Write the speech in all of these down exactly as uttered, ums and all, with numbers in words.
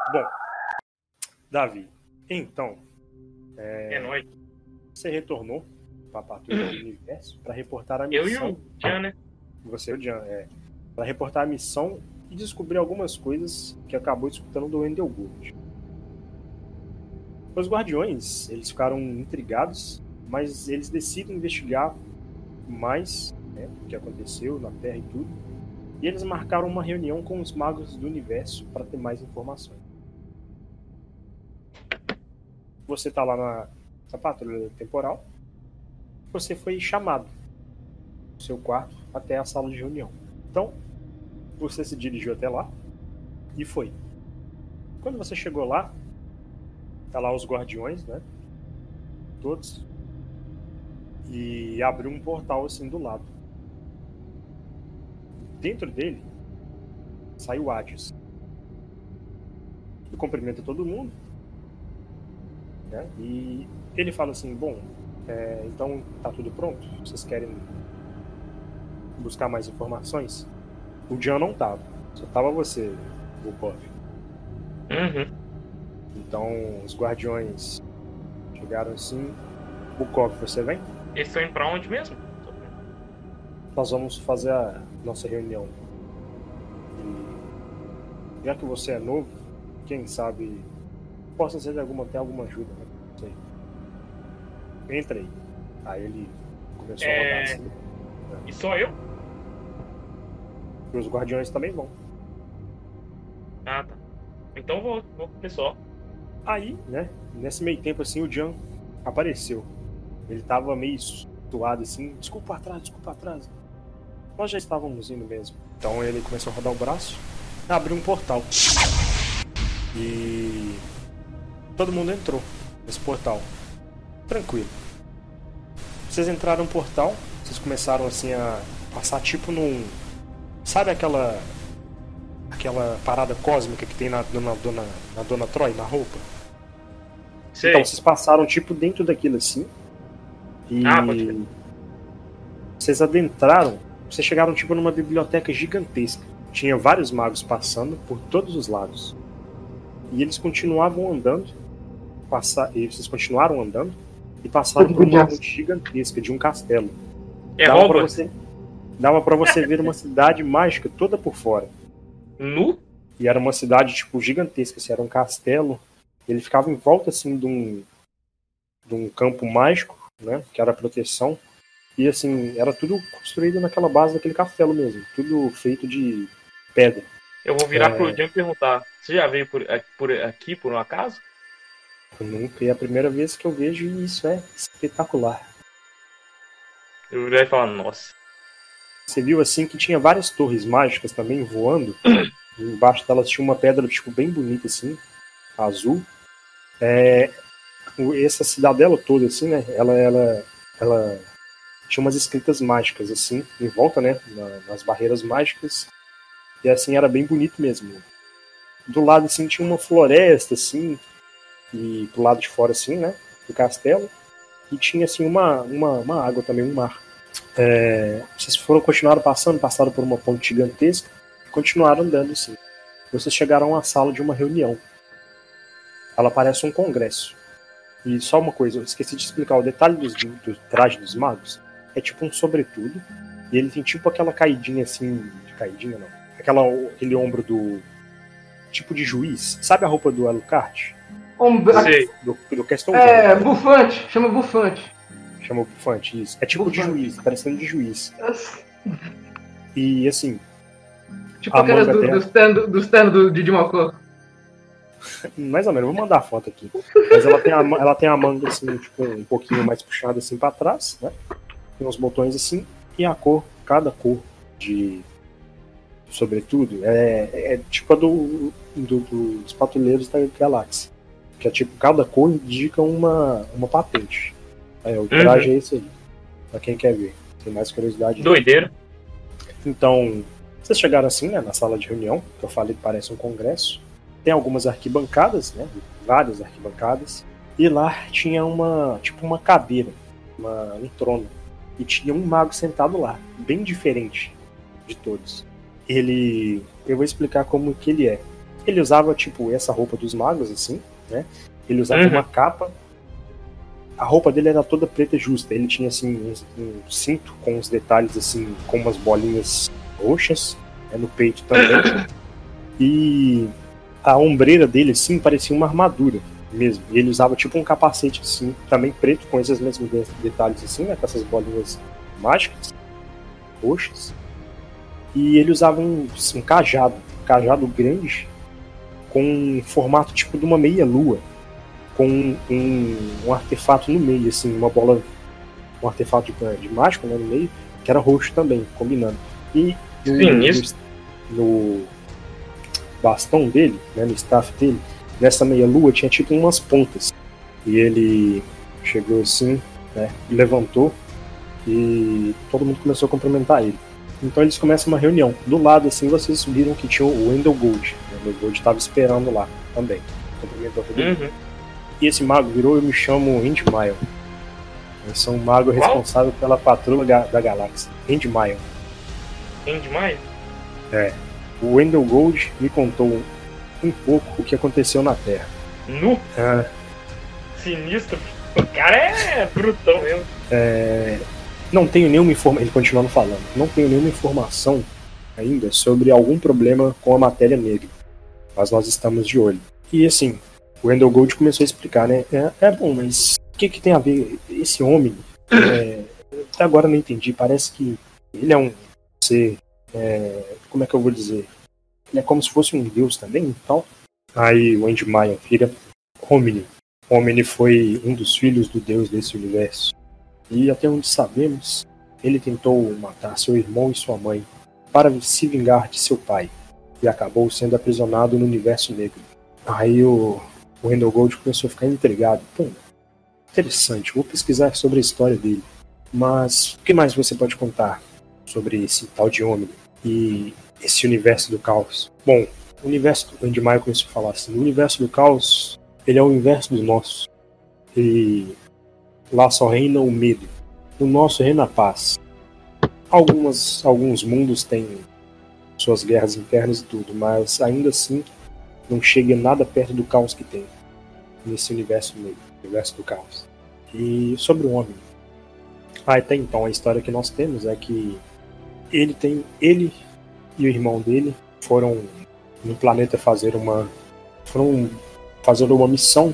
Bom, Davi, então, é, É nóis. você retornou para a patrulha do universo para reportar a Eu e missão. o Jean, né? Você e o Jean, é. Para reportar a missão e descobrir algumas coisas que acabou escutando do Wendell Gould. Os Guardiões, eles ficaram intrigados, mas eles decidem investigar mais, né, o que aconteceu na Terra e tudo. E eles marcaram uma reunião com os magos do universo para ter mais informações. Você está lá na, na patrulha temporal. Você foi chamado do seu quarto até a sala de reunião. Então, você se dirigiu até lá e foi. Quando você chegou lá, tá lá os guardiões, né? Todos. E abriu um portal assim do lado. Dentro dele sai o Hades. Ele cumprimenta todo mundo, né? E ele fala assim: bom, é, então tá tudo pronto? Vocês querem buscar mais informações? O Jean não tava, só tava você, Volkov. Uhum. Então os guardiões chegaram assim. Volkov, você vem? Eles estão indo pra onde mesmo? Nós vamos fazer a nossa reunião. E já que você é novo, quem sabe possa ser de alguma, ter alguma ajuda, né? Não sei. Entra aí. Aí ele começou é... a rodar assim. Né? E só eu? E os guardiões também vão. Ah, tá. Então vou, vou com o pessoal. Aí, né, nesse meio tempo assim, o Jean apareceu. Ele tava meio suado assim, desculpa atrás, desculpa atrás. Nós já estávamos indo mesmo. Então ele começou a rodar o braço, abriu um portal. E todo mundo entrou nesse portal. Tranquilo. Vocês entraram no portal, vocês começaram assim a passar tipo num... Sabe aquela aquela parada cósmica que tem na Dona, Dona, na Dona Troy, na roupa? Sei. Então, vocês passaram tipo dentro daquilo assim. E ah, pode ver. Vocês adentraram, vocês chegaram tipo numa biblioteca gigantesca. Tinha vários magos passando por todos os lados. E eles continuavam andando, passa... e vocês continuaram andando e passaram por uma ponte gigantesca de um castelo. É Dava roupa? pra você... Dava pra você ver uma cidade mágica toda por fora. Nu? E era uma cidade tipo gigantesca, assim, era um castelo. Ele ficava em volta assim de um, de um campo mágico, né, que era a proteção. E assim, era tudo construído naquela base daquele castelo mesmo, tudo feito de pedra. Eu vou virar É... pro Jean e perguntar: você já veio por, por aqui por um acaso? Eu nunca, é a primeira vez que eu vejo e isso é espetacular. Eu virei e falar: nossa. Você viu assim que tinha várias torres mágicas também voando. Embaixo delas tinha uma pedra tipo bem bonita assim, azul. É, essa cidadela toda assim, né? Ela, ela, ela tinha umas escritas mágicas assim em volta, né? Na, nas barreiras mágicas. E assim era bem bonito mesmo. Do lado assim tinha uma floresta assim e do lado de fora assim, né? Do castelo. E tinha assim uma, uma, uma água também, um mar. É, vocês foram, continuaram passando, passaram por uma ponte gigantesca e continuaram andando assim. Vocês chegaram à sala de uma reunião. Ela parece um congresso. E só uma coisa, eu esqueci de explicar, o detalhe dos, do traje dos magos é tipo um sobretudo, e ele tem tipo aquela caidinha assim, de caidinha não, aquela, aquele ombro do, tipo de juiz, sabe a roupa do Alucard? Ombro... Do, do Castle É, Vale. Bufante, chama bufante. Chama bufante, isso. É tipo bufante. De juiz, parecendo de juiz. E assim... Tipo aquelas do, dela... do stand, do stand do Didi Mocó. Mais ou menos, vou mandar a foto aqui. Mas ela tem a, ela tem a manga assim, tipo, um pouquinho mais puxada assim pra trás, né? Tem uns botões assim, e a cor, cada cor de... Sobretudo, é, é tipo a do, do, do, dos patrulheiros da galáxia. Que é tipo, cada cor indica uma, uma patente. É, o traje uhum. É esse aí. Pra quem quer ver. Tem mais curiosidade. Doideira. Então, vocês chegaram assim, né, na sala de reunião, que eu falei que parece um congresso. Tem algumas arquibancadas, né? Várias arquibancadas. E lá tinha uma, tipo uma cadeira, uma, um trono. E tinha um mago sentado lá, bem diferente de todos. Ele... Eu vou explicar como que ele é. Ele usava, tipo, essa roupa dos magos, assim, né? Ele usava Uhum. uma capa. A roupa dele era toda preta justa. Ele tinha, assim, um, um cinto com os detalhes, assim, com umas bolinhas roxas, né, no peito também. E a ombreira dele, assim, parecia uma armadura mesmo. E ele usava, tipo, um capacete, assim, também preto, com esses mesmos de- detalhes, assim, né? Com essas bolinhas mágicas, roxas. E ele usava um, um cajado, um cajado grande, com um formato, tipo, de uma meia-lua. Com um, um artefato no meio, assim, uma bola, um artefato de, de mágico, né, no meio, que era roxo também, combinando. E no, Sinistro. no, no bastão dele, né, no staff dele, nessa meia-lua tinha tipo umas pontas. E ele chegou assim, né, levantou e todo mundo começou a cumprimentar ele. Então eles começam uma reunião. Do lado, assim, vocês viram que tinha o Wendell Gold. Né, o Wendell Gold estava esperando lá também. Cumprimentou todo mundo. Uhum. E esse mago virou, eu me chamo Endmile. Eu sou um mago Qual? responsável pela patrulha ga- da galáxia. Endmile. Quem demais? É. O Wendell Gold me contou um pouco o que aconteceu na Terra. Nu, Ah, sinistro. O cara é brutão mesmo. é, não tenho nenhuma informação, ele continuando falando, não tenho nenhuma informação ainda sobre algum problema com a matéria negra, mas nós estamos de olho. E assim, o Wendell Gold começou a explicar, né? É, é bom, mas o que, que tem a ver esse homem? É, até agora eu não entendi, parece que ele é um ser, é, como é que eu vou dizer? Ele é como se fosse um deus também, então. Aí o Andy Maia vira Homini. Homini foi um dos filhos do deus desse universo. E até onde sabemos, ele tentou matar seu irmão e sua mãe para se vingar de seu pai. E acabou sendo aprisionado no universo negro. Aí o, o Wendell Gold começou a ficar intrigado. Pô, interessante, vou pesquisar sobre a história dele. Mas o que mais você pode contar sobre esse tal de Omni e esse universo do caos? Bom, o universo do Andy Maia começou a falar assim, o universo do caos, ele é o inverso do nosso. E lá só reina o medo. No nosso reina a paz. Algumas, alguns mundos têm suas guerras internas e tudo, mas ainda assim não chega nada perto do caos que tem nesse universo negro, universo do caos. E sobre o homem. Ah, até então a história que nós temos é que ele tem, ele e o irmão dele foram no planeta fazer uma, foram fazer uma missão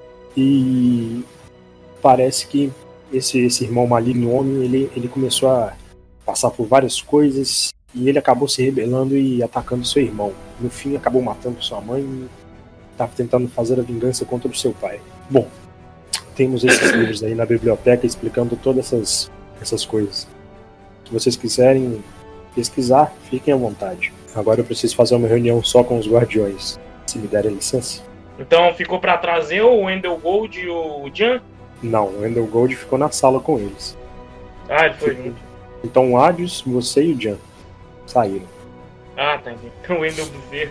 e parece que esse, esse irmão maligno homem, ele, ele começou a passar por várias coisas e ele acabou se rebelando e atacando seu irmão. No fim acabou matando sua mãe e estava tentando fazer a vingança contra o seu pai. Bom, temos esses livros aí na biblioteca explicando todas essas, essas coisas. Se vocês quiserem pesquisar, fiquem à vontade. Agora eu preciso fazer uma reunião só com os guardiões, se me derem licença. Então ficou pra trazer o Wendell Gold e o Jan? Não, o Wendell Gold ficou na sala com eles. Ah, ele foi junto. Então o Adios, você e o Jan saíram. Ah, tá, entendi. O Wendell Bezerra.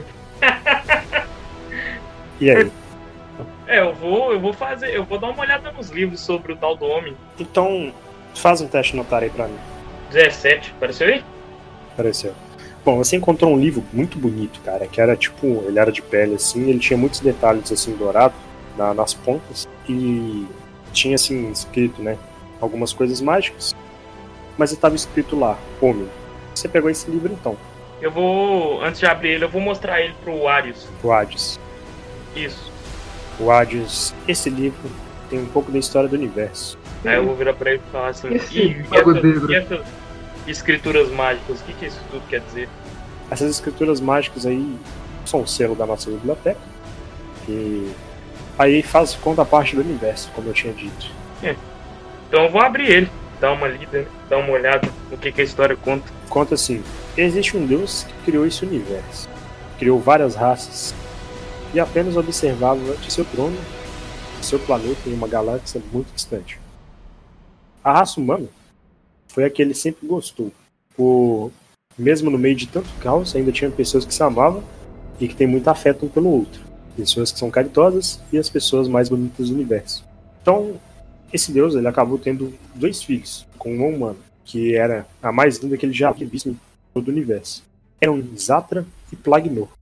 E aí? É, eu vou, eu vou fazer, eu vou dar uma olhada nos livros sobre o tal do homem. Então, faz um teste notar aí pra mim. dezessete, apareceu aí? Apareceu. Bom, você encontrou um livro muito bonito, cara, que era tipo, ele era de pele assim, ele tinha muitos detalhes assim dourados na, nas pontas e tinha assim escrito, né, algumas coisas mágicas, mas estava escrito lá, homem. Você pegou esse livro então, Eu vou, antes de abrir ele, eu vou mostrar ele pro Arius. o Hades. Isso. O Hades, esse livro tem um pouco da história do universo. Aí eu vou virar pra ele e falar assim, Esse e, e, mago essas, negro. e essas escrituras mágicas, o que, que isso tudo quer dizer? Essas escrituras mágicas aí são o selo da nossa biblioteca. E aí faz conta parte do universo, como eu tinha dito. Então eu vou abrir ele, dar uma lida, né? Dar uma olhada no que, que a história conta. Conta assim: existe um Deus que criou esse universo, criou várias raças e apenas observava de seu trono, seu planeta em uma galáxia muito distante. A raça humana foi a que ele sempre gostou. Por, mesmo no meio de tanto caos, ainda tinha pessoas que se amavam e que têm muito afeto um pelo outro. Pessoas que são caritosas e as pessoas mais bonitas do universo. Então, esse Deus ele acabou tendo dois filhos com uma humana, que era a mais linda que ele já havia visto em todo o universo. Eram Zatra e Plagnor.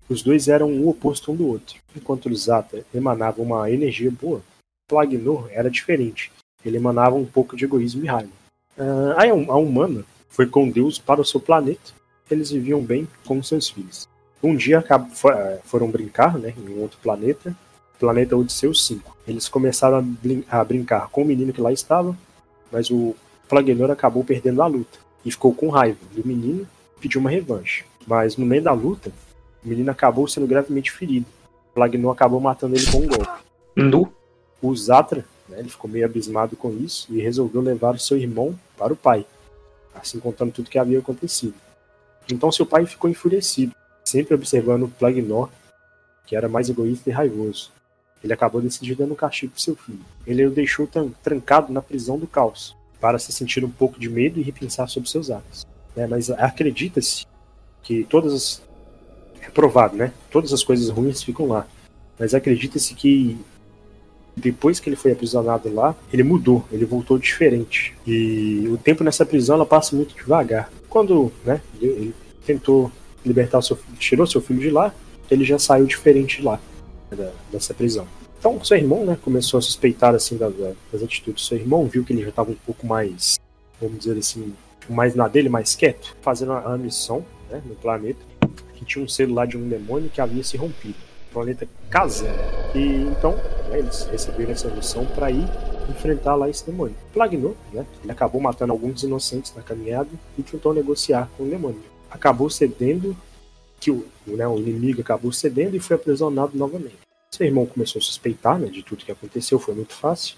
Os dois eram o oposto um do outro. Enquanto o Zatra emanava uma energia boa, Plagnor era diferente. Ele emanava um pouco de egoísmo e raiva. Uh, a humana foi com Deus para o seu planeta. Eles viviam bem com seus filhos. Um dia foram brincar, né, em um outro planeta, planeta Odisseu cinco. Eles começaram a, brin- a brincar com o menino que lá estava, mas o Plagnor acabou perdendo a luta e ficou com raiva do menino e pediu uma revanche. Mas no meio da luta, o menino acabou sendo gravemente ferido. O Plagnor acabou matando ele com um golpe. Nu. O Zatra, né, ele ficou meio abismado com isso e resolveu levar o seu irmão para o pai, assim contando tudo que havia acontecido. Então seu pai ficou enfurecido, sempre observando o Plagnor, que era mais egoísta e raivoso. Ele acabou decidindo dando um castigo para seu filho. Ele o deixou trancado na prisão do caos, para se sentir um pouco de medo e repensar sobre seus atos. É, mas acredita-se que todas as... É provado, né? Todas as coisas ruins ficam lá. Mas acredita-se que depois que ele foi aprisionado lá, ele mudou, ele voltou diferente. E o tempo nessa prisão ela passa muito devagar. Quando, né, ele, ele tentou libertar o seu filho, tirou seu filho de lá, ele já saiu diferente de lá, da, dessa prisão. Então, seu irmão, né, começou a suspeitar assim das, das atitudes do seu irmão, viu que ele já estava um pouco mais, vamos dizer assim, mais na dele, mais quieto, fazendo a, a missão, né, no planeta, que tinha um selo lá de um demônio que havia se rompido. Planeta Kazan. E então, né, eles receberam essa missão para ir enfrentar lá esse demônio. Plagnor, né, ele acabou matando alguns inocentes na caminhada e tentou negociar com o demônio. Acabou cedendo, que o, né, o inimigo acabou cedendo e foi aprisionado novamente. Seu irmão começou a suspeitar, né, de tudo que aconteceu, foi muito fácil,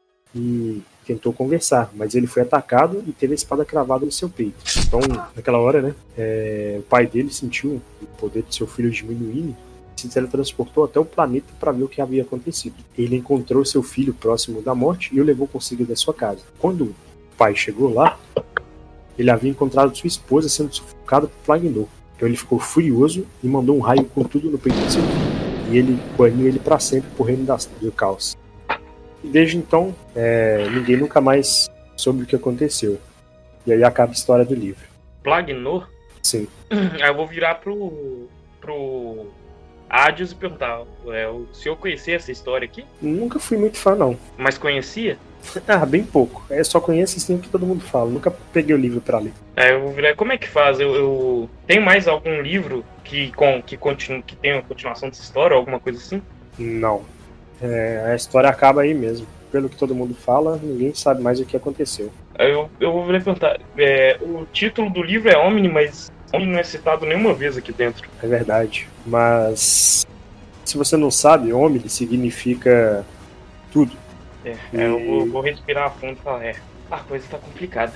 e tentou conversar, mas ele foi atacado e teve a espada cravada no seu peito. Então, naquela hora, né, é, o pai dele sentiu o poder de seu filho diminuindo, se teletransportou até o planeta para ver o que havia acontecido. Ele encontrou seu filho próximo da morte e o levou consigo da sua casa. Quando o pai chegou lá, ele havia encontrado sua esposa sendo sufocada por Plagnor. Então ele ficou furioso e mandou um raio com tudo no peito do seu filho. E ele baniu ele para sempre pro reino das, do caos. E desde então, é, ninguém nunca mais soube o que aconteceu. E aí acaba a história do livro. Plagnor? Sim. Aí eu vou virar pro... pro... Adios e perguntar, é, o senhor conhecia essa história aqui? Nunca fui muito fã, não. Mas conhecia? Ah, bem pouco. Eu só conheço assim o que todo mundo fala. Nunca peguei o livro pra ler. É, eu vou virar. Como é que faz? Eu, eu... Tem mais algum livro que, com, que, continu... que tem uma continuação dessa história ou alguma coisa assim? Não. É, a história acaba aí mesmo. Pelo que todo mundo fala, ninguém sabe mais o que aconteceu. Eu, eu vou virar perguntar. É, o título do livro é Omni, mas Omni não é citado nenhuma vez aqui dentro. É verdade. Mas se você não sabe, Omni significa tudo. É, e... é, eu vou, vou respirar a fundo e falar, é, a coisa tá complicada.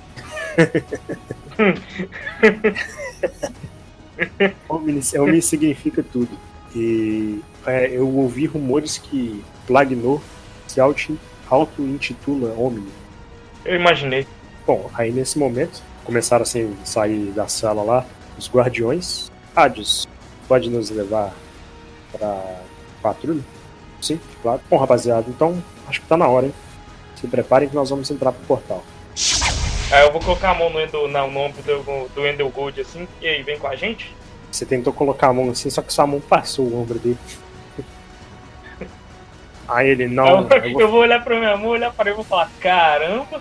Omni, Omni significa tudo. E é, eu ouvi rumores que Plagnor se auto-intitula Omni. Eu imaginei. Bom, aí nesse momento começaram assim, a sair da sala lá os guardiões. Adios, pode nos levar pra patrulha? Sim, claro. Bom, rapaziada, então acho que tá na hora, hein? Se preparem que nós vamos entrar pro portal. Aí eu vou colocar a mão no, Endo, não, no ombro do, do Endel Gold assim, e aí, vem com a gente? Você tentou colocar a mão assim, só que sua mão passou o ombro dele. Aí ele, não... Eu, eu, vou... eu vou olhar pra minha mão, olhar pra ele e vou falar, caramba!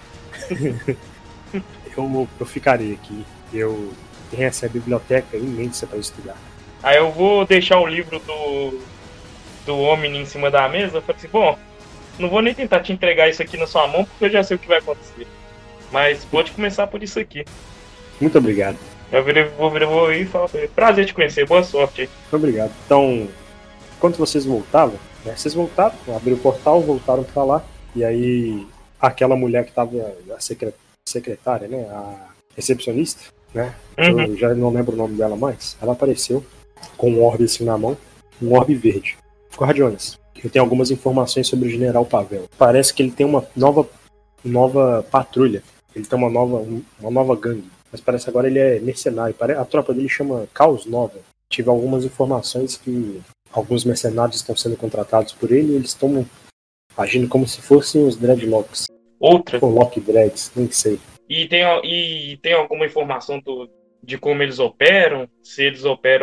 eu, eu ficarei aqui. Eu tenho essa biblioteca imensa para estudar. Aí eu vou deixar o livro do, do Omni em cima da mesa. Eu falei assim, bom, não vou nem tentar te entregar isso aqui na sua mão, porque eu já sei o que vai acontecer. Mas pode começar por isso aqui. Muito obrigado. Eu virei, vou, virei, vou ir e falar pra ele, prazer te conhecer, boa sorte aí. Muito obrigado. Então, enquanto vocês voltavam, né, vocês voltaram, abriram o portal, voltaram para lá, e aí aquela mulher que estava, a secretária, né, a recepcionista, né, uhum. Eu já não lembro o nome dela mais, ela apareceu com um orbe assim na mão, um orbe verde. Guardiões, eu tenho algumas informações sobre o General Pavel. Parece que ele tem uma nova, nova patrulha, ele tem uma nova, uma nova gangue, mas parece que agora ele é mercenário, a tropa dele chama Caos Nova. Tive algumas informações que alguns mercenários estão sendo contratados por ele e eles estão agindo como se fossem os Dreadlocks. Outra? Ou Lock Dreads, nem sei. E tem, e tem alguma informação do, de como eles operam? Se eles operam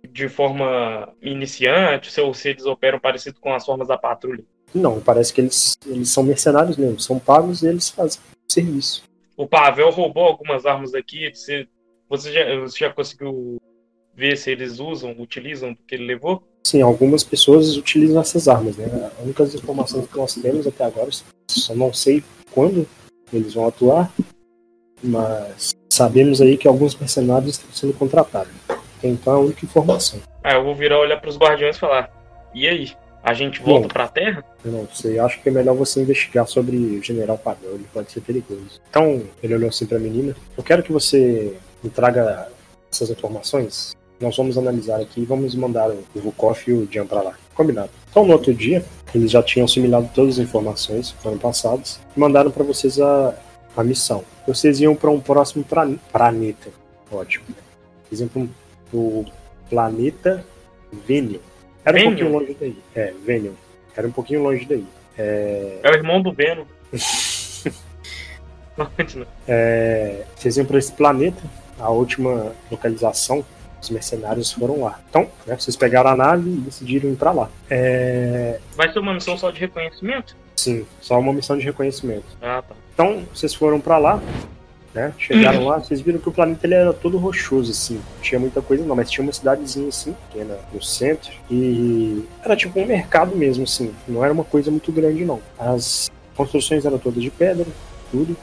de forma iniciante, ou se eles operam parecido com as formas da patrulha? Não, parece que eles, eles são mercenários mesmo, são pagos e eles fazem serviço. O Pavel roubou algumas armas daqui, você, você, já, você já conseguiu ver se eles usam, utilizam do que ele levou? Sim, algumas pessoas utilizam essas armas, né? A única informação que nós temos até agora, só não sei quando eles vão atuar, mas sabemos aí que alguns mercenários estão sendo contratados. Então é a única informação. Ah, eu vou virar olhar para os guardiões e falar, e aí? A gente volta para a Terra? Eu não sei, acho que é melhor você investigar sobre o General Pavel, ele pode ser perigoso. Então, ele olhou assim para a menina, eu quero que você me traga essas informações. Nós vamos analisar aqui e vamos mandar o Vukov e o Jan para lá. Combinado. Então, no outro dia, eles já tinham assimilado todas as informações que foram passadas e mandaram para vocês a, a missão. Vocês iam para um próximo pra, planeta. Ótimo. Eles iam para o planeta Venion. Era um pouquinho longe daí. É, Venion. Era um pouquinho longe daí. É, é o irmão do Venom. é, vocês iam para esse planeta. A última localização, os mercenários foram lá. Então, né, vocês pegaram a nave e decidiram ir para lá. É... Vai ser uma missão só de reconhecimento? Sim, só uma missão de reconhecimento. Ah, tá. Então, vocês foram para lá, né? Chegaram lá, vocês viram que o planeta ele era todo rochoso, assim. Não tinha muita coisa não, mas tinha uma cidadezinha assim, pequena no centro. E era tipo um mercado mesmo, assim. Não era uma coisa muito grande, não. As construções eram todas de pedra, tudo.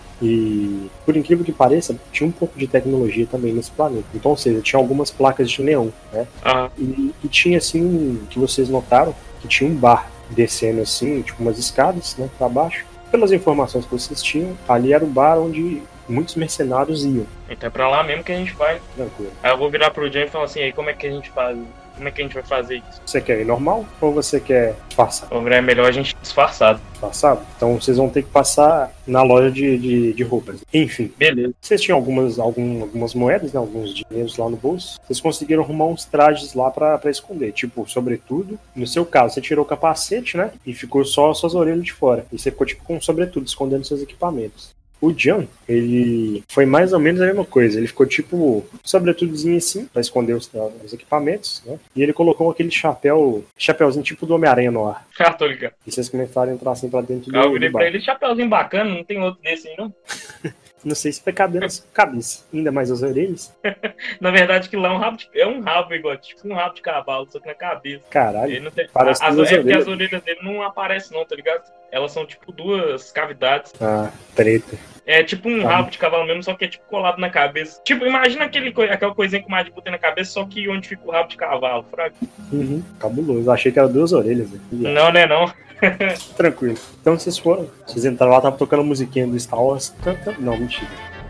E, por incrível que pareça, tinha um pouco de tecnologia também nesse planeta. Então, ou seja, tinha algumas placas de neon, né? Ah. E, e tinha, assim, que vocês notaram, que tinha um bar descendo, assim, tipo umas escadas, né, pra baixo. Pelas informações que vocês tinham, ali era o bar onde muitos mercenários iam. Então é pra lá mesmo que a gente vai. Tranquilo. Aí eu vou virar pro Jay e falar assim, aí como é que a gente faz? Como é que a gente vai fazer isso? Você quer ir normal ou você quer disfarçar? Vou virar, é melhor a gente disfarçado. Disfarçado? Então vocês vão ter que passar na loja de, de, de roupas. Enfim. Beleza. Vocês tinham algumas, algum, algumas moedas, né, alguns dinheiros lá no bolso. Vocês conseguiram arrumar uns trajes lá pra, pra esconder. Tipo, sobretudo. No seu caso, você tirou o capacete, né? E ficou só suas orelhas de fora. E você ficou tipo com um sobretudo, escondendo seus equipamentos. O Jan, ele foi mais ou menos a mesma coisa. Ele ficou tipo, sobretudozinho assim, pra esconder os, os equipamentos, né? E ele colocou aquele chapéu, chapéuzinho tipo do Homem-Aranha no ar. Ah, tô ligado. E vocês começaram a entrar assim pra dentro do, ah, eu virei do bar. pra ele, chapéuzinho bacana, não tem outro desse aí, não? Não sei se vai caber na sua cabeça. Ainda mais as orelhas. Na verdade, que lá é um rabo, de, é um rabo igual, tipo um rabo de cavalo, só que na cabeça. Caralho. Ele não tem, parece as, duas é porque orelhas. as orelhas dele não aparecem não, tá ligado? Elas são tipo duas cavidades. Ah, treta. É tipo um Ah. rabo de cavalo mesmo, só que é tipo colado na cabeça. Tipo, imagina aquele, coi- aquela coisinha que o Madibu tem na cabeça, só que onde fica o rabo de cavalo, fraco. Uhum, cabuloso. Achei que era duas orelhas. Né? Não, né, não. Tranquilo. Então vocês foram. Vocês entraram lá, tava tocando a musiquinha do Star Wars. Não, mentira.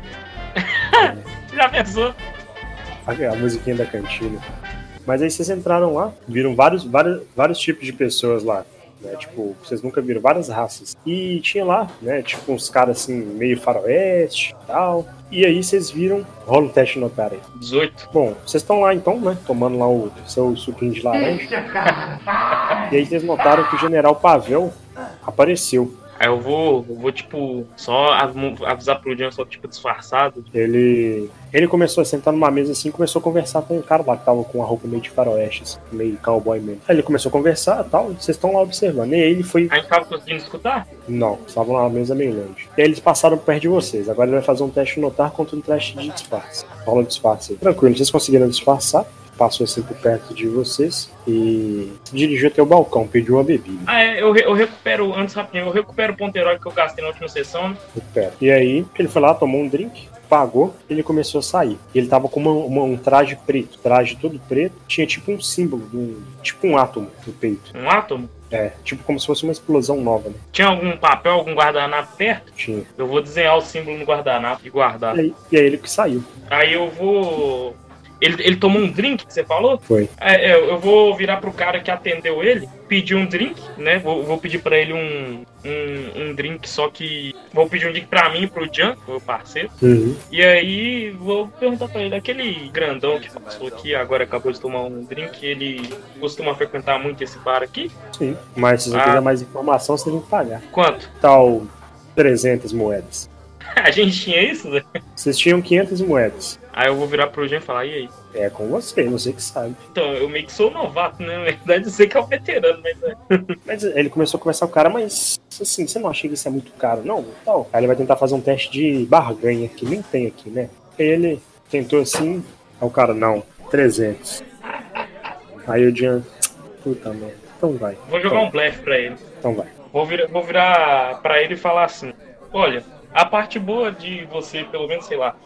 Já pensou? A, a musiquinha da cantina. Mas aí vocês entraram lá, viram vários, vários, vários tipos de pessoas lá. Né? Tipo, vocês nunca viram várias raças. E tinha lá, né? Tipo, uns caras assim, meio faroeste e tal. E aí vocês viram. Rola um teste de notar aí. dezoito. Bom, vocês estão lá então, né? Tomando lá o seu suquinho de laranja. E aí vocês notaram que o General Pavel apareceu. Aí eu vou, eu vou tipo, só av- avisar pro Jean, só tipo, disfarçado. Ele, ele começou a sentar numa mesa assim e começou a conversar com um cara lá que tava com a roupa meio de faroeste, assim, meio cowboy mesmo. Aí ele começou a conversar e tal, e vocês estão lá observando. E aí ele foi. A gente tava conseguindo escutar? Não, estavam lá na mesa meio longe. E aí eles passaram perto de vocês. Agora ele vai fazer um teste de notar contra um teste de disfarce. Rola disfarce aí. Tranquilo, vocês conseguiram disfarçar. Passou assim por perto de vocês e se dirigiu até o balcão, pediu uma bebida. Ah, é, eu, re- eu recupero, antes rapidinho, eu recupero o ponto heróico que eu gastei na última sessão, né? Recupera. E aí ele foi lá, tomou um drink, pagou, ele começou a sair. E ele tava com uma- uma- um traje preto, traje todo preto, tinha tipo um símbolo, um, tipo um átomo no peito. Um átomo. É, tipo como se fosse uma explosão nova, né? Tinha algum papel, algum guardanapo perto? Tinha. Eu vou desenhar o símbolo no guardanapo e guardar. E aí, e aí ele que saiu. Aí eu vou... Ele, ele tomou um drink, que você falou? Foi. É, é, eu vou virar pro cara que atendeu ele, pedir um drink, né? Vou, vou pedir pra ele um, um, um drink, só que... Vou pedir um drink pra mim e pro Jan, meu parceiro. Uhum. E aí vou perguntar pra ele, aquele grandão que passou aqui, agora acabou de tomar um drink, ele costuma frequentar muito esse bar aqui? Sim. Mas se você Ah. quiser mais informação, você tem que pagar. Quanto? Tal trezentas moedas. A gente tinha isso, né? Vocês tinham quinhentas moedas. Aí eu vou virar pro Jean e falar, e aí? É com você, você que sabe. Então, eu meio que sou novato, né? Na verdade, eu sei que é um veterano, mas é. Mas ele começou a conversar com o cara, mas assim, você não acha que isso é muito caro, não? Então, aí ele vai tentar fazer um teste de barganha, que nem tem aqui, né? Aí ele tentou assim, aí o cara, não, trezentos. Aí o Jean, puta merda, então vai. Vou jogar então, um blefe pra ele. Então vai. Vou virar, vou virar pra ele e falar assim, olha, a parte boa de você, pelo menos, sei lá,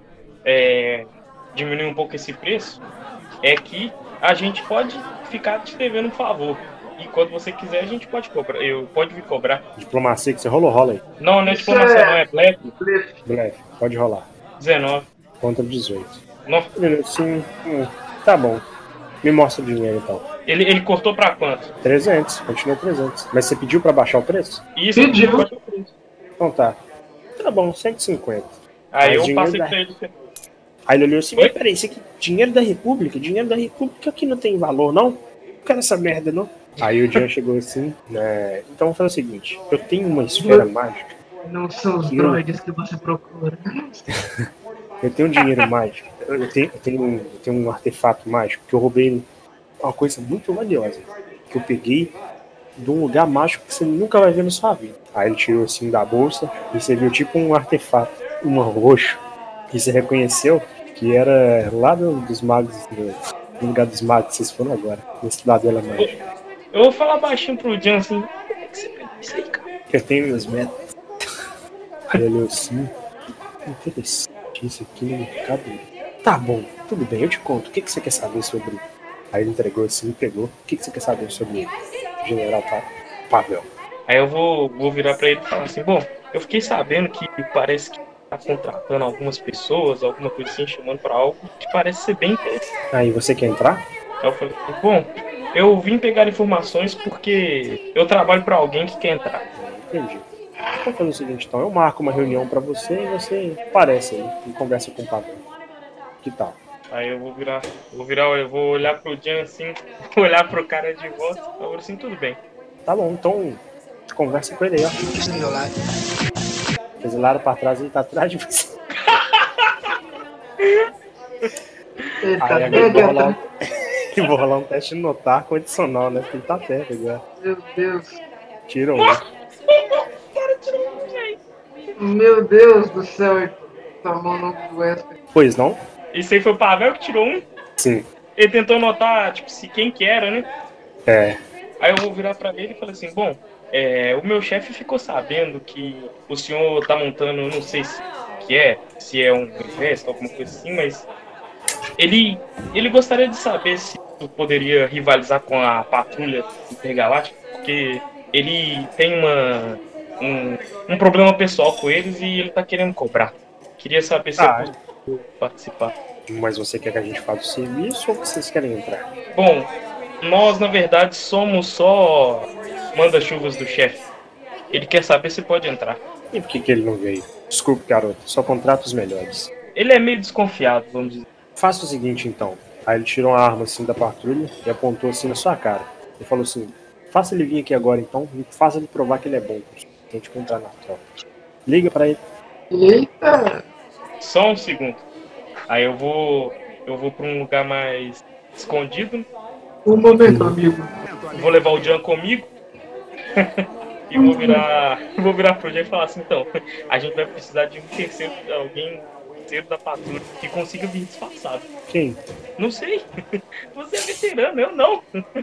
é, diminuir um pouco esse preço, é que a gente pode ficar te devendo um favor. E quando você quiser, a gente pode cobrar. Eu pode vir cobrar. Diplomacia que você rolou, rola aí. Não, não é Isso diplomacia, é- não, é blefe. Blefe, pode rolar. dezenove. Contra dezoito. Não, Ele assim, hum, tá bom. Me mostra o dinheiro então. ele, ele cortou pra quanto? trezentos, continua trezentos. Mas você pediu pra baixar o preço? Isso, Pediu. eu pedi o preço. Então tá. Tá bom, cento e cinquenta. Aí Mas eu dinheiro passei da- pra ele. Aí ele olhou assim, Oi? mas peraí, isso aqui, dinheiro da República? Dinheiro da República aqui não tem valor, não? Não quero essa merda, não. Aí o Jean chegou assim, né? Então vamos fazer o seguinte, eu tenho uma esfera mágica, Não são os Eu- droids que você procura. eu tenho um dinheiro mágico, eu tenho, eu, tenho, um- eu tenho um artefato mágico que eu roubei uma coisa muito valiosa, que eu peguei de um lugar mágico que você nunca vai ver na sua vida. Aí ele tirou assim da bolsa e você viu tipo um artefato, um roxo, que você reconheceu que era lá do- dos magos, do, no lugar dos magos que vocês foram agora, na cidadela mágica. Eu vou falar baixinho pro Jean assim. Como é que você pegou isso aí, cara? Eu tenho meus métodos. Aí ele olhou assim, interessante isso aqui no mercado. Tá bom, tudo bem, eu te conto. O que, que você quer saber sobre. Aí ele entregou assim, pegou. O que, que você quer saber sobre o General Pa- Pavel? Aí eu vou, vou virar pra ele e falar assim, bom, eu fiquei sabendo que parece que tá contratando algumas pessoas, alguma coisa assim, chamando pra algo que parece ser bem interessante. Aí você quer entrar? Aí eu falei, bom, eu vim pegar informações porque eu trabalho pra alguém que quer entrar. Entendi. Vamos fazer o seguinte então, eu marco uma reunião pra você e você aparece aí e conversa com o Pavel. Que tal? Aí eu vou virar, vou virar, eu vou olhar pro Jean assim, olhar pro cara de volta, eu vou assim, tudo bem. Tá bom, então conversa com ele aí, ó. Fez o lado pra trás e ele tá atrás de você. Ele tá Aí agora eu vou pegando. rolar, um... eu vou rolar um teste no notar condicional, né? Porque ele tá perto agora. Meu Deus. Tirou um. Meu Deus do céu. Ele tomou no doença. Pois não? Isso aí foi o Pavel que tirou um. Sim. Ele tentou notar, tipo, se quem que era, né? É. Aí eu vou virar pra ele e falar assim, bom, é, o meu chefe ficou sabendo que o senhor tá montando, eu não sei se que é, se é um exército, alguma coisa assim, mas ele, ele gostaria de saber se tu poderia rivalizar com a patrulha intergaláctica, porque ele tem uma, um, um problema pessoal com eles e ele tá querendo cobrar. Queria saber se Ah, eu posso participar. Mas você quer que a gente faça o serviço ou vocês querem entrar? Bom, nós na verdade somos só manda-chuvas do chefe. Ele quer saber se pode entrar. E por que, que ele não veio? Desculpe, garoto, só contrato os melhores. Ele é meio desconfiado, vamos dizer. Faça o seguinte, então. Aí ele tirou uma arma assim da patrulha e apontou assim na sua cara. Ele falou assim, faça ele vir aqui agora então e faça ele provar que ele é bom. Tente entrar na tropa. Liga pra ele. Eita. Só um segundo. Aí eu vou. Eu vou pra um lugar mais escondido. Um momento, amigo. Vou levar o Jean comigo. E vou virar. Vou virar pro Jean e falar assim, então, a gente vai precisar de um terceiro, alguém terceiro da patrulha que consiga vir disfarçado. Quem? Não sei. Você é veterano, eu não.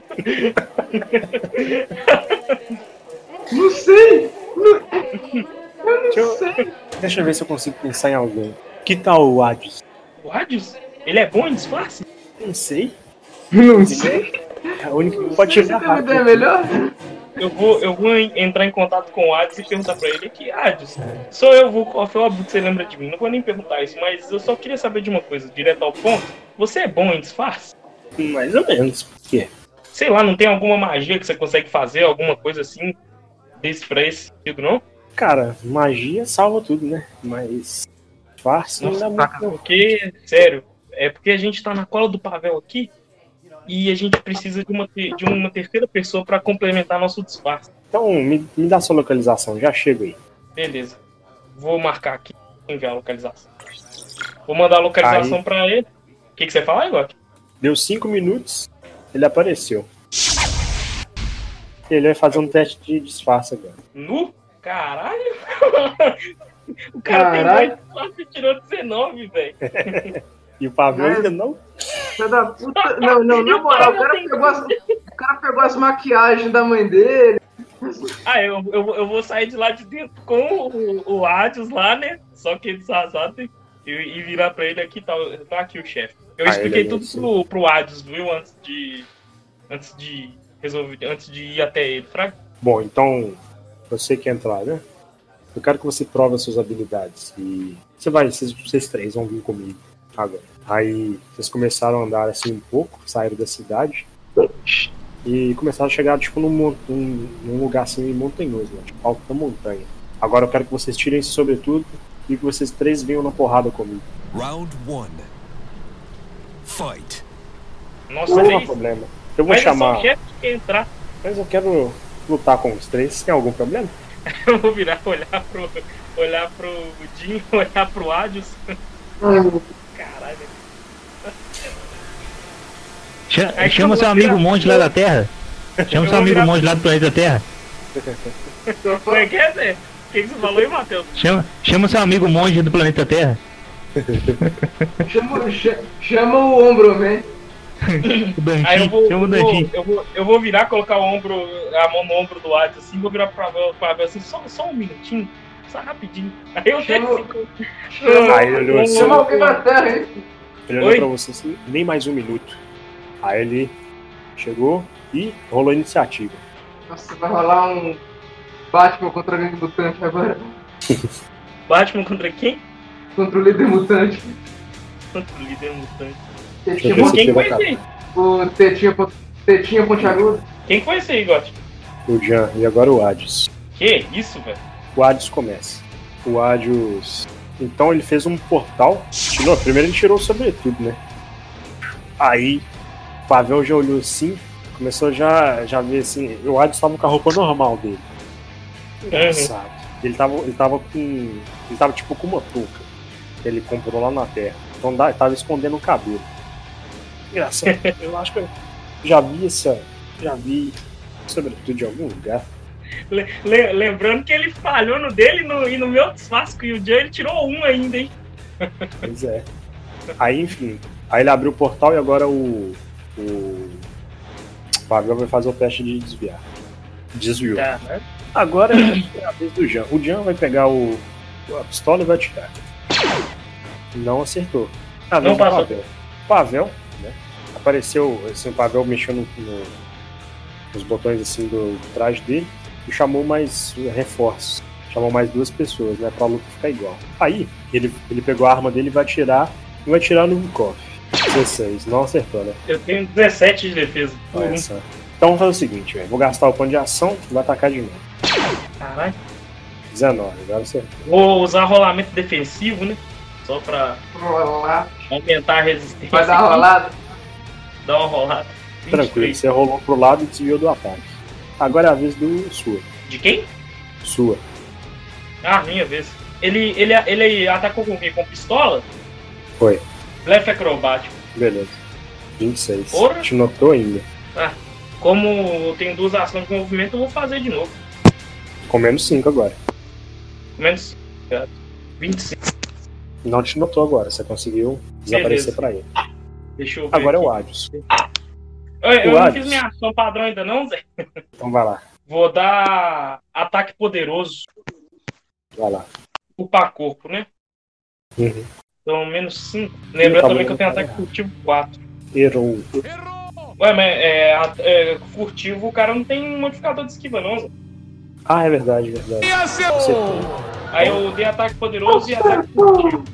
Não sei. Não... Eu não Deixa eu- sei. Deixa eu ver se eu consigo pensar em alguém. Que tal o Hades? O Hades? Ele é bom em disfarce? Não sei. Não sei. É o único que pode Você chegar tem uma rápido. ideia melhor? Eu vou, eu vou en- entrar em contato com o Hades e perguntar pra ele aqui, Hades, sou eu, Vulkoff, é óbvio que você lembra de mim, não vou nem perguntar isso, mas eu só queria saber de uma coisa, direto ao ponto. Você é bom em disfarce? Mais ou menos. Por quê? Sei lá, não tem alguma magia que você consegue fazer, alguma coisa assim, desse pra esse sentido, não? Cara, magia salva tudo, né? Mas farsa não dá Nossa, muito, não. porque, sério, é porque a gente tá na cola do Pavel aqui e a gente precisa de uma, te- de uma terceira pessoa pra complementar nosso disfarce. Então, me, me dá sua localização, já chego aí. Beleza. Vou marcar aqui e enviar a localização. Vou mandar a localização Aí. pra ele. O que, que você fala, Igor? Deu cinco minutos, ele apareceu. Ele vai fazer um teste de disfarce agora. Nu? Caralho! O cara Caralho. tem dois e tirou dezenove, velho. E o Pavel Mas- ainda não. Filho da puta. Não, não, na moral, o cara pegou as, o cara pegou as maquiagens da mãe dele. Ah, eu, eu, eu vou sair de lá de dentro com o, o Adios lá, né? Só que ele disfarçado e, e virar pra ele aqui, tá, tá aqui o chefe. Eu Ah, expliquei ele é tudo esse. pro, pro Adios, viu? Antes de. Antes de resolver. Antes de ir até ele, fraga. Bom, então, você que entrar, né? Eu quero que você prove as suas habilidades. E você vai, vocês, vocês três vão vir comigo agora. Aí vocês começaram a andar assim um pouco, saíram da cidade e começaram a chegar tipo num, mon- num, num lugar assim montanhoso, né? Tipo alto da montanha. Agora eu quero que vocês tirem esse sobretudo e que vocês três venham na porrada comigo. Round one. Fight. Nossa, Não tem três. problema. Eu vou Mas é só chamar, o chefe que quer entrar. mas eu quero lutar com os três. Tem algum problema? Eu vou virar, olhar pro. Olhar pro Jim, olhar pro Adios. Caralho. Cha- Aí Chama eu seu vou amigo virar- monge lá da Terra. Chama Eu seu vou amigo virar- monge lá do planeta Terra. Como é que é, Zé? O que, que você falou aí, Matheus? Chama, chama seu amigo monge do planeta Terra. Chama, cha- chama o ombro, né? O Aí eu Dantinho. vou, Chama o eu, vou, Dantinho. eu, vou, eu vou virar, colocar o ombro, a mão no ombro do Adios assim, vou virar pro Pavel, Pavel assim, só, só um minutinho, só rapidinho. Aí eu Chama- desço. Chama, Aí ele olhou assim. chama alguém da terra, hein? Ele olhou Oi? pra você assim, nem mais um minuto. Aí ele chegou e rolou a iniciativa. Nossa, vai rolar um Batman contra o líder mutante agora. Batman contra quem? Contra o líder mutante. Contra o líder mutante. Deixa eu Tetinha, ver se Ponte- Quem pegou foi a esse aí? o Tetinha, Pon- Tetinha Pontiaguda. Quem foi esse aí, Gotti? O Jan e agora o Adios. Que isso, velho? O Adios começa. O Adios. Então ele fez um portal. Tirou, primeiro ele tirou o sobretudo, né? Aí o Pavel já olhou assim, começou já já ver assim. O Adios tava com a roupa normal dele. Engraçado. Ele tava, ele tava com. Ele tava tipo com uma touca que ele comprou lá na terra. Então dá- tava escondendo o cabelo. Engraçado. Eu acho que eu já vi essa. Já vi sobretudo de algum lugar. Le- le- lembrando que ele falhou no dele no, e no meu disfarce e o Jan ele tirou um ainda, hein? Pois é. Aí, enfim. Aí ele abriu o portal e agora o. O Pavel vai fazer o teste de desviar. Desviou. Tá, né? Agora é a vez do Jan. O Jan vai pegar o, a pistola e vai atirar. Não acertou. A vez Não do passou. Pavel. Pavel, né? Apareceu assim, o Pavel mexendo no- nos botões assim do traje dele e chamou mais reforços. Chamou mais duas pessoas, né? Pra luta ficar igual. Aí, ele, ele pegou a arma dele e vai atirar. E vai atirar no cofre. dezesseis. Não acertou, né? Eu tenho dezessete de defesa. Olha só. Então vamos fazer o seguinte, velho. Vou gastar o ponto de ação e vai atacar de novo. Caralho. dezenove, agora acertou. Vou usar rolamento defensivo, né? Só pra Rolar. aumentar a resistência. Vai dar aqui. rolada. Dá uma rolada. Tranquilo, vinte e três. você rolou pro lado e desviou do ataque. Agora é a vez do Sua. De quem? Sua. Ah, minha vez. Ele, ele, ele atacou com o quê? Com pistola? Foi. Blefe acrobático. Beleza. vinte e seis. Porra. Te notou ainda. Ah, como eu tenho duas ações de movimento, eu vou fazer de novo. Com menos cinco agora. Menos vinte e cinco. Não te notou agora. Você conseguiu desaparecer Beleza. pra ele. Deixa eu ver. Agora é aqui. o Adios. Eu, eu o não Adios. fiz minha ação padrão ainda não, Zé. Então vai lá. Vou dar ataque poderoso Vai lá. corpo a corpo, né? Uhum. Então, menos cinco. Lembrando tá também bom, que eu tenho tá ataque errado. furtivo quatro. Errou. Ué, mas é, a- é, furtivo o cara não tem modificador de esquiva, não, Zé. Ah, é verdade, verdade. Acertou. Aí eu dei ataque poderoso e ataque furtivo.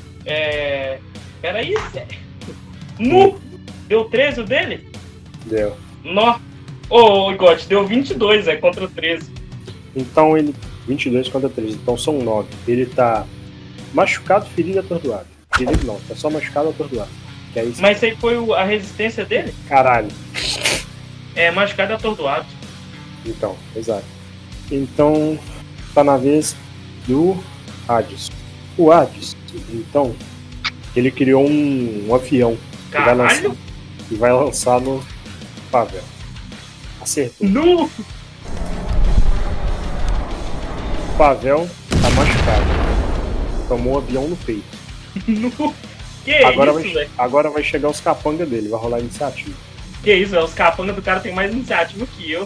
É. Peraí, Zé. Nu! Deu treze o dele? Deu. Nó. Ô, ô, Gotti, deu vinte e dois, é contra treze. Então ele. vinte e dois contra treze. Então são nove. Ele tá machucado, ferido e atordoado. Ferido não, tá só machucado e atordoado. Que é isso. Mas isso aí foi o- a resistência dele? Caralho. É, machucado e atordoado. Então, exato. Então, tá na vez do Hades. O Hades, então, ele criou um, um avião que vai, lançar, Caralho! que vai lançar no Pavel. Acertou. No! O Pavel tá machucado. Tomou um avião no peito. No! Que Agora isso, vai, velho? agora vai chegar os capanga dele, vai rolar a iniciativa. Que isso, velho? Os capangas do cara tem mais iniciativa que eu.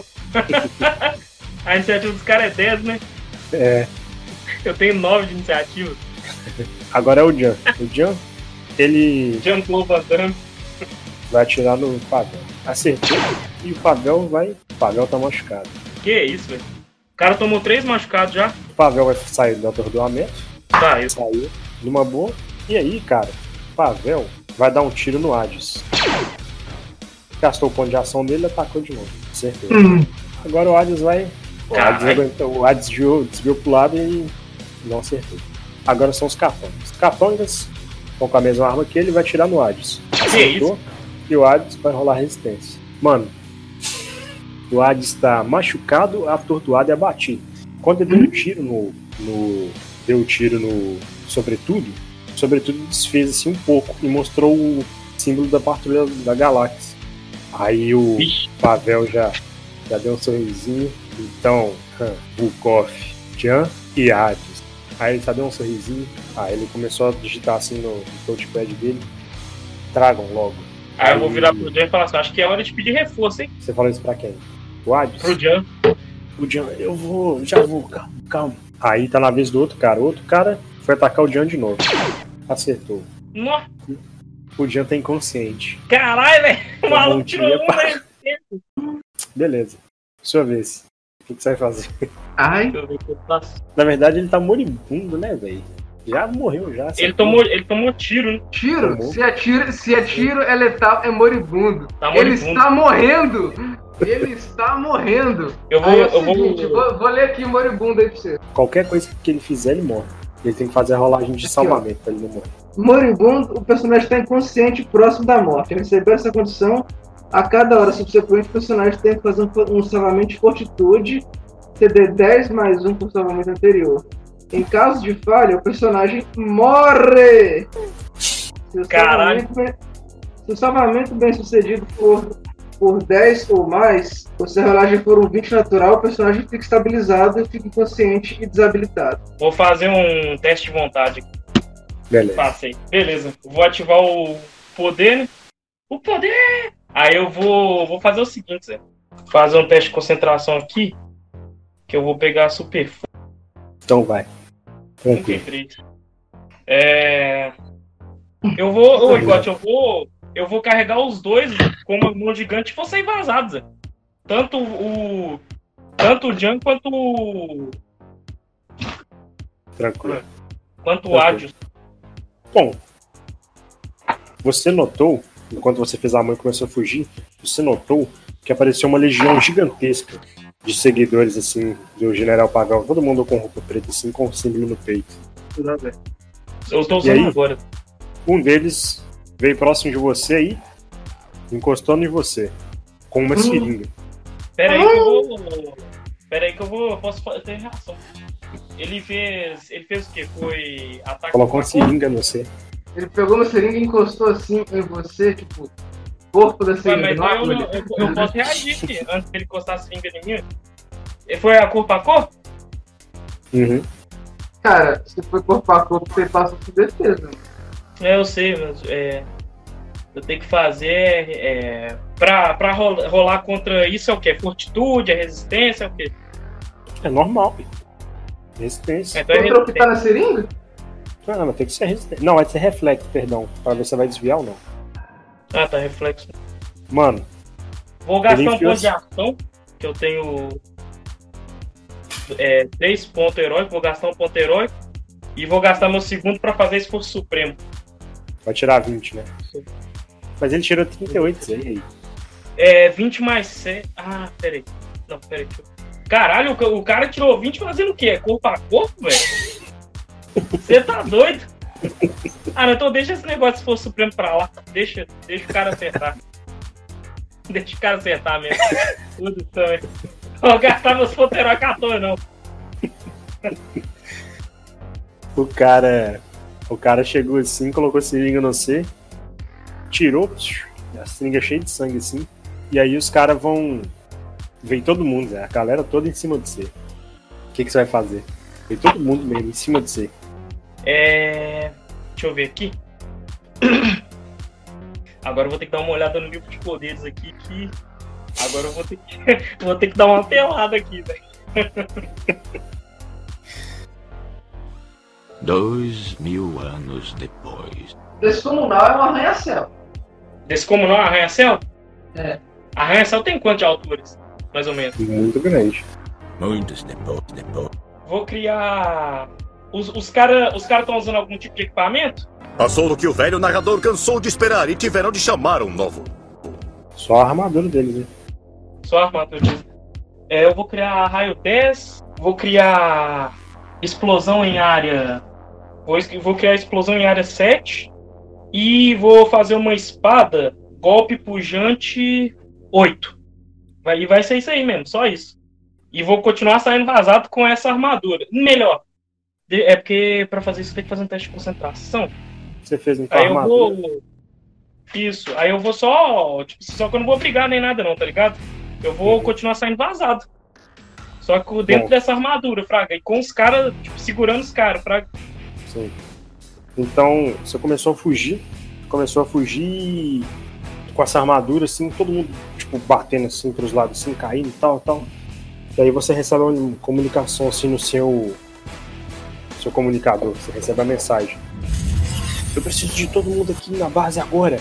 A iniciativa dos caras é dez, né? É. Eu tenho nove de iniciativa. Agora é o Jan. O Jan, ele Jean-Claude Van Damme. vai atirar no Pavel. Acertou. E o Pavel vai. O Pavel tá machucado. Que isso, velho? O cara tomou três machucados já. O Pavel vai sair do atordoamento. Tá, eu. Saiu numa boa. E aí, cara, o Pavel vai dar um tiro no Hades. Gastou o ponto de ação dele e atacou de novo. Acertou. Hum. Agora o Hades vai. O Hades, Caralho. aguentou, o Hades desviou, desviou pro lado e não acertou. Agora são os capangas. Os capangas estão com a mesma arma que ele, vai tirar no Hades. Acertou. E o Hades vai rolar resistência. Mano, o Hades tá machucado, atordoado e abatido. Quando ele deu um tiro no. no deu um tiro no. Sobretudo, sobretudo desfez assim um pouco e mostrou o símbolo da patrulha da galáxia. Aí o Vixe. Pavel já, já deu um sorrisinho. Então, Volkov, Jan e Hades. Aí ele só deu um sorrisinho. Aí ele começou a digitar assim no, no touchpad dele. Tragam logo. Aí eu vou virar pro Jan e falar assim, acho que é hora de pedir reforço, hein? Você falou isso pra quem? O Hades? Pro Jan. O Jan, eu vou, já vou, calma, calma. Aí tá na vez do outro cara. O outro cara foi atacar o Jan de novo. Acertou. Nossa, O Jan tá inconsciente. caralho, velho. O Eu maluco não tirou tinha um, pa- velho. Beleza. Sua vez. O que, que você vai fazer? Ai, Deixa eu ver o que eu faço. Na verdade, ele tá moribundo, né, velho? Já morreu, já. Ele acertou. tomou, ele tomou tiro, né? tiro. Tomou. Se é tiro, se é tiro, é letal, é moribundo. Tá Ele moribundo. está morrendo. Ele está morrendo. Eu vou, Aí é o eu vou. seguinte, vou, vou ler aqui moribundo aí pra você. Qualquer coisa que ele fizer, ele morre. Ele tem que fazer a rolagem de salvamento pra ele não morrer. Moribundo, o personagem está inconsciente próximo da morte. Ao receber essa condição, a cada hora subsequente, o personagem tem que fazer um, um salvamento de fortitude, C D dez mais um por salvamento anterior. Em caso de falha, o personagem morre! Se o Caralho. salvamento bem, se o salvamento bem sucedido for por dez ou mais, ou se a rolagem for um vinte natural, o personagem fica estabilizado, fica inconsciente e desabilitado. Vou fazer um teste de vontade aqui. Beleza. Passei. Beleza. Vou ativar o poder, né? O poder! Aí eu vou, vou fazer o seguinte, Zé. Fazer um teste de concentração aqui. Que eu vou pegar a super força. Então vai. Tranquilo. Perfeito. É... Eu vou, ô Igote, eu vou. Eu vou carregar os dois como a mão gigante e vou sair vazado, Zé. Tanto o. Tanto o Jan quanto o. Tranquilo. Quanto o Tranquilo. Adios. Bom, você notou, enquanto você fez a mão e começou a fugir, você notou que apareceu uma legião gigantesca de seguidores, assim, do General Pavel. Todo mundo com roupa preta, assim, com o símbolo no peito. Eu tô E usando aí? agora. Um deles veio próximo de você aí, encostando em você, com uma seringa. Pera aí que eu vou. Pera aí que eu vou. Eu posso fa- ter reação. Ele fez. Ele fez o quê? Foi ataque. Colocou uma com a cor? seringa no você. Ele pegou uma seringa e encostou assim em você, tipo, corpo da Ué, seringa. mas eu, não, eu, eu posso reagir aqui, antes dele encostar a seringa em mim. Ele foi a corpo a corpo? Uhum. Cara, se foi corpo a corpo, você passa por defesa. É, eu sei, mas é, eu tenho que fazer. É, pra pra ro- rolar contra isso é o quê? Fortitude, é resistência, é o quê? É normal. Resistência. Então é Contra o que tá resistência. na seringa? Não, mas tem que ser resistência. Não, vai ser reflexo, perdão. Pra ver se você vai desviar ou não. Ah, tá, reflexo. Mano, Vou gastar Ele um enfiou ponto de ação, que eu tenho é, três pontos heróicos, vou gastar um ponto heróico e vou gastar meu segundo pra fazer esforço supremo. vai tirar vinte, né? Mas ele tirou trinta e oito, e aí? É vinte mais sete. Ah, peraí. Não, peraí. deixa eu- Caralho, o, o cara tirou vinte fazendo o quê? É corpo a corpo, velho? Você tá doido? Ah, não, então deixa esse negócio de esforço supremo pra lá. Deixa, deixa o cara acertar. Deixa o cara acertar mesmo. Tudo também. Vou gastar meus pontos heróicos à toa, não. O cara O cara chegou assim, colocou a seringa no C, tirou, a seringa cheia de sangue assim, e aí os caras vão. Vem todo mundo, né? A galera toda em cima de você. O que, que você vai fazer? Vem todo mundo mesmo em cima de você. É. Deixa eu ver aqui. Agora eu vou ter que dar uma olhada no livro de poderes aqui, que. Agora eu vou ter que, vou ter que dar uma pelada aqui, velho. Dois mil anos depois. Descomunal é um arranha-céu. Descomunal arranha-céu? É. Arranha-céu tem quantos alturas? Mais ou menos. Muito grande. Muitos depois, depois. Vou criar. Os, os caras os cara estão usando algum tipo de equipamento? Passou do que o velho narrador cansou de esperar e tiveram de chamar um novo. Só a armadura deles, né? Só armadura. É, eu vou criar raio dez. Vou criar explosão em área. Vou, vou criar explosão em área sete. E vou fazer uma espada golpe pujante oito. Vai, e vai ser isso aí mesmo, só isso. E vou continuar saindo vazado com essa armadura. Melhor. De, é porque pra fazer isso tem que fazer um teste de concentração. Você fez então Aí eu armadura. vou. Isso. Aí eu vou só. Tipo, só que eu não vou brigar nem nada, não, tá ligado? Eu vou Uhum. continuar saindo vazado. Só que dentro Bom. dessa armadura, Fraga. E com os caras, tipo, segurando os caras, Fraga. Sim. Então, você começou a fugir. Começou a fugir com essa armadura, assim, todo mundo, tipo, batendo assim pros lados, assim, caindo e tal, tal. E aí você recebe uma comunicação, assim, no seu... seu comunicador. Você recebe a mensagem. Eu preciso de todo mundo aqui na base agora.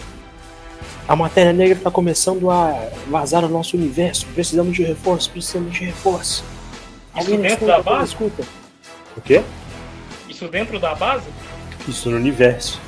A matéria negra tá começando a vazar o nosso universo. Precisamos de reforço, precisamos de reforço. Isso Alguém dentro escuta, da alguém base? escuta. O quê? Isso dentro da base? Isso no universo.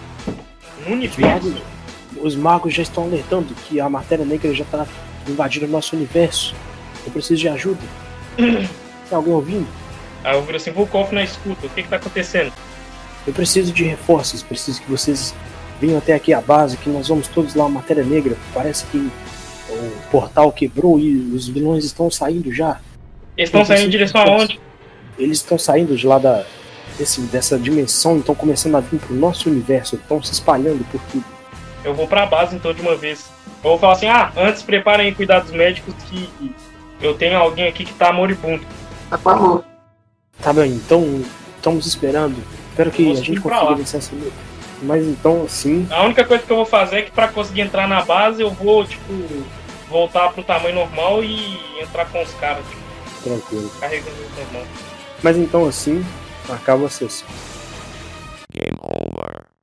No Os universo? magos, os magos já estão alertando que a matéria negra já tá invadindo o nosso universo. Eu preciso de ajuda. Tem alguém ouvindo? Aí eu viro assim, Volkov na escuta. O que que tá acontecendo? Eu preciso de reforços. Preciso que vocês venham até aqui a base, que nós vamos todos lá a matéria negra. Parece que o portal quebrou e os vilões estão saindo já. Eles estão saindo em direção aonde? Eles estão saindo de lá da, desse, dessa dimensão e estão começando a vir pro nosso universo. Estão se espalhando por tudo. Eu vou pra base então de uma vez. Eu vou falar assim, ah, antes preparem cuidados médicos que eu tenho alguém aqui que tá moribundo. Tá com amor. Tá bem, então estamos esperando. Espero que Vou a gente subir pra consiga lá. vencer essa luta. Mas então, assim, A única coisa que eu vou fazer é que pra conseguir entrar na base eu vou, tipo, voltar pro tamanho normal e entrar com os caras, tipo, tranquilo. carregando o normal. Mas então, assim, acaba a sessão. Game over.